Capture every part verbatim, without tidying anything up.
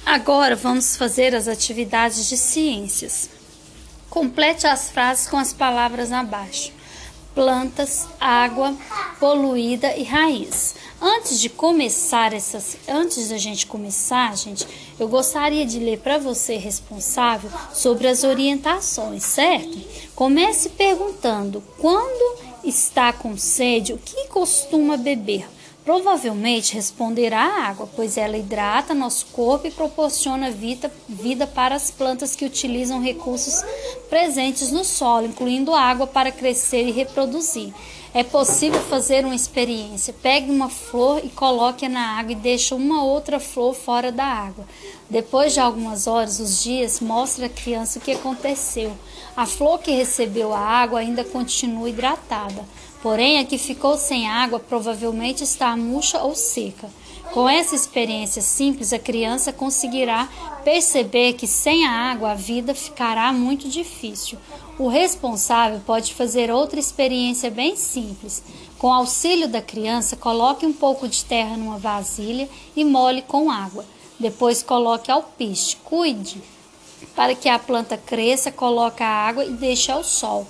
Agora vamos fazer as atividades de ciências. Complete as frases com as palavras abaixo: plantas, água, poluída e raiz. Antes de começar essas, antes da gente começar, gente, eu gostaria de ler para você responsável sobre as orientações, certo? Comece perguntando: quando está com sede, o que costuma beber? Provavelmente responderá a água, pois ela hidrata nosso corpo e proporciona vida, vida para as plantas que utilizam recursos presentes no solo, incluindo água para crescer e reproduzir. É possível fazer uma experiência. Pegue uma flor e coloque-a na água e deixe uma outra flor fora da água. Depois de algumas horas, os dias, mostre à criança o que aconteceu. A flor que recebeu a água ainda continua hidratada. Porém, a que ficou sem água provavelmente está murcha ou seca. Com essa experiência simples, a criança conseguirá perceber que sem a água a vida ficará muito difícil. O responsável pode fazer outra experiência bem simples. Com auxílio da criança, coloque um pouco de terra numa vasilha e molhe com água. Depois coloque alpiste. Cuide para que a planta cresça, coloque a água e deixe ao sol.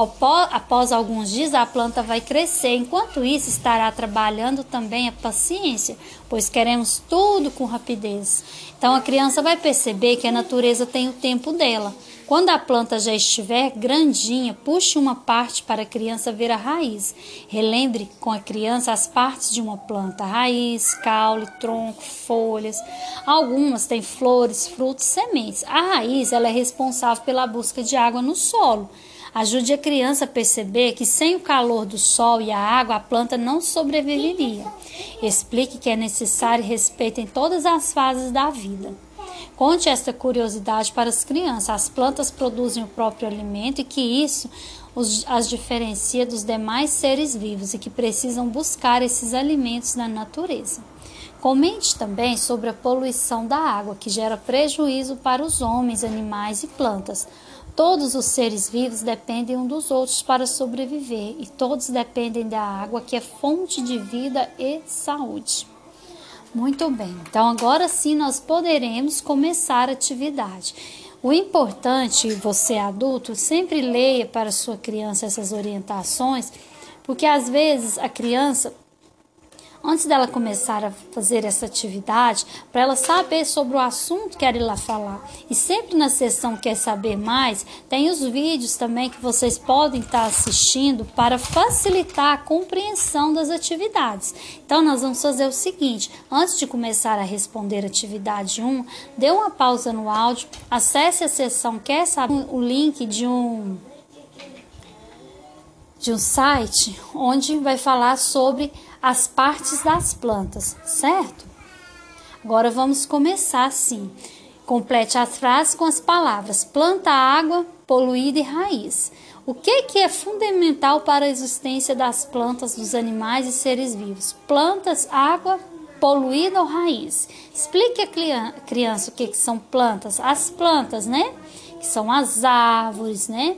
Após alguns dias, a planta vai crescer. Enquanto isso, estará trabalhando também a paciência, pois queremos tudo com rapidez. Então, a criança vai perceber que a natureza tem o tempo dela. Quando a planta já estiver grandinha, puxe uma parte para a criança ver a raiz. Relembre com a criança as partes de uma planta: raiz, caule, tronco, folhas. Algumas têm flores, frutos, sementes. A raiz ela é responsável pela busca de água no solo. Ajude a criança a perceber que sem o calor do sol e a água, a planta não sobreviveria. Explique que é necessário respeito em todas as fases da vida. Conte esta curiosidade para as crianças. As plantas produzem o próprio alimento e que isso os, as diferencia dos demais seres vivos e que precisam buscar esses alimentos na natureza. Comente também sobre a poluição da água, que gera prejuízo para os homens, animais e plantas. Todos os seres vivos dependem um dos outros para sobreviver e todos dependem da água, que é fonte de vida e saúde. Muito bem, então agora sim nós poderemos começar a atividade. O importante, você adulto, sempre leia para sua criança essas orientações, porque às vezes a criança, antes dela começar a fazer essa atividade, para ela saber sobre o assunto que ela ir lá falar. E sempre na sessão Quer Saber Mais, tem os vídeos também que vocês podem estar assistindo para facilitar a compreensão das atividades. Então, nós vamos fazer o seguinte: antes de começar a responder a atividade um, dê uma pausa no áudio, acesse a sessão Quer Saber, o link de um... de um site onde vai falar sobre as partes das plantas, certo? Agora vamos começar sim. Complete as frases com as palavras planta, água, poluída e raiz. O que, que é fundamental para a existência das plantas, dos animais e seres vivos? Plantas, água, poluída ou raiz? Explique a criança o que, que são plantas. As plantas, né? Que são as árvores, né?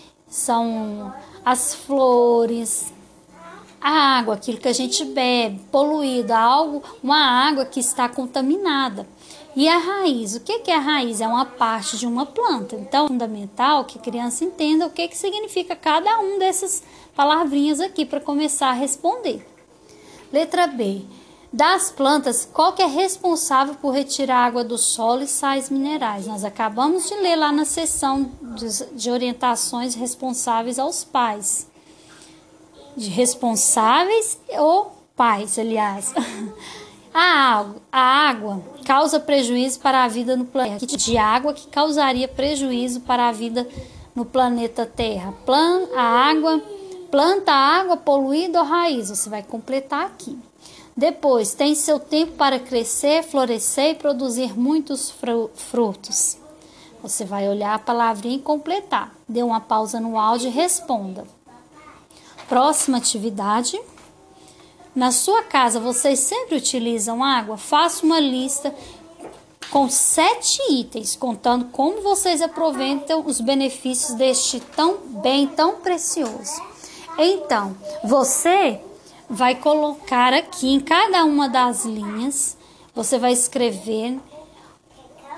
São as flores, a água, aquilo que a gente bebe, poluída, algo, uma água que está contaminada. E a raiz, o que que é a raiz? É uma parte de uma planta. Então, é fundamental que a criança entenda o que que significa cada um dessas palavrinhas aqui para começar a responder. Letra B. Das plantas, qual que é responsável por retirar água do solo e sais minerais? Nós acabamos de ler lá na seção de orientações responsáveis aos pais. De responsáveis ou pais, aliás. A água, a água causa prejuízo para a vida no planeta. De água que causaria prejuízo para a vida no planeta Terra. Plan, a água, planta, água, poluída ou raiz? Você vai completar aqui. Depois, tem seu tempo para crescer, florescer e produzir muitos frutos. Você vai olhar a palavrinha e completar. Dê uma pausa no áudio e responda. Próxima atividade. Na sua casa, vocês sempre utilizam água? Faça uma lista com sete itens, contando como vocês aproveitam os benefícios deste tão bem, tão precioso. Então, você vai colocar aqui em cada uma das linhas, você vai escrever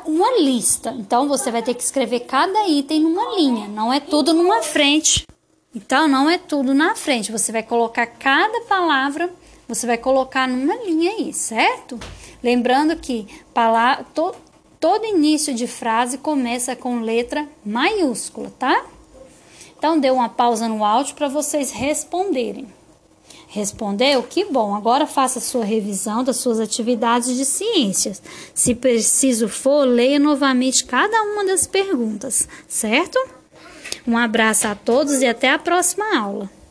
uma lista. Então, você vai ter que escrever cada item numa linha, não é tudo numa frente. Então, não é tudo na frente. Você vai colocar cada palavra, você vai colocar numa linha aí, certo? Lembrando que palavra, to, todo início de frase começa com letra maiúscula, tá? Então, dê uma pausa no áudio para vocês responderem. Respondeu? Que bom! Agora faça a sua revisão das suas atividades de ciências. Se preciso for, leia novamente cada uma das perguntas, certo? Um abraço a todos e até a próxima aula.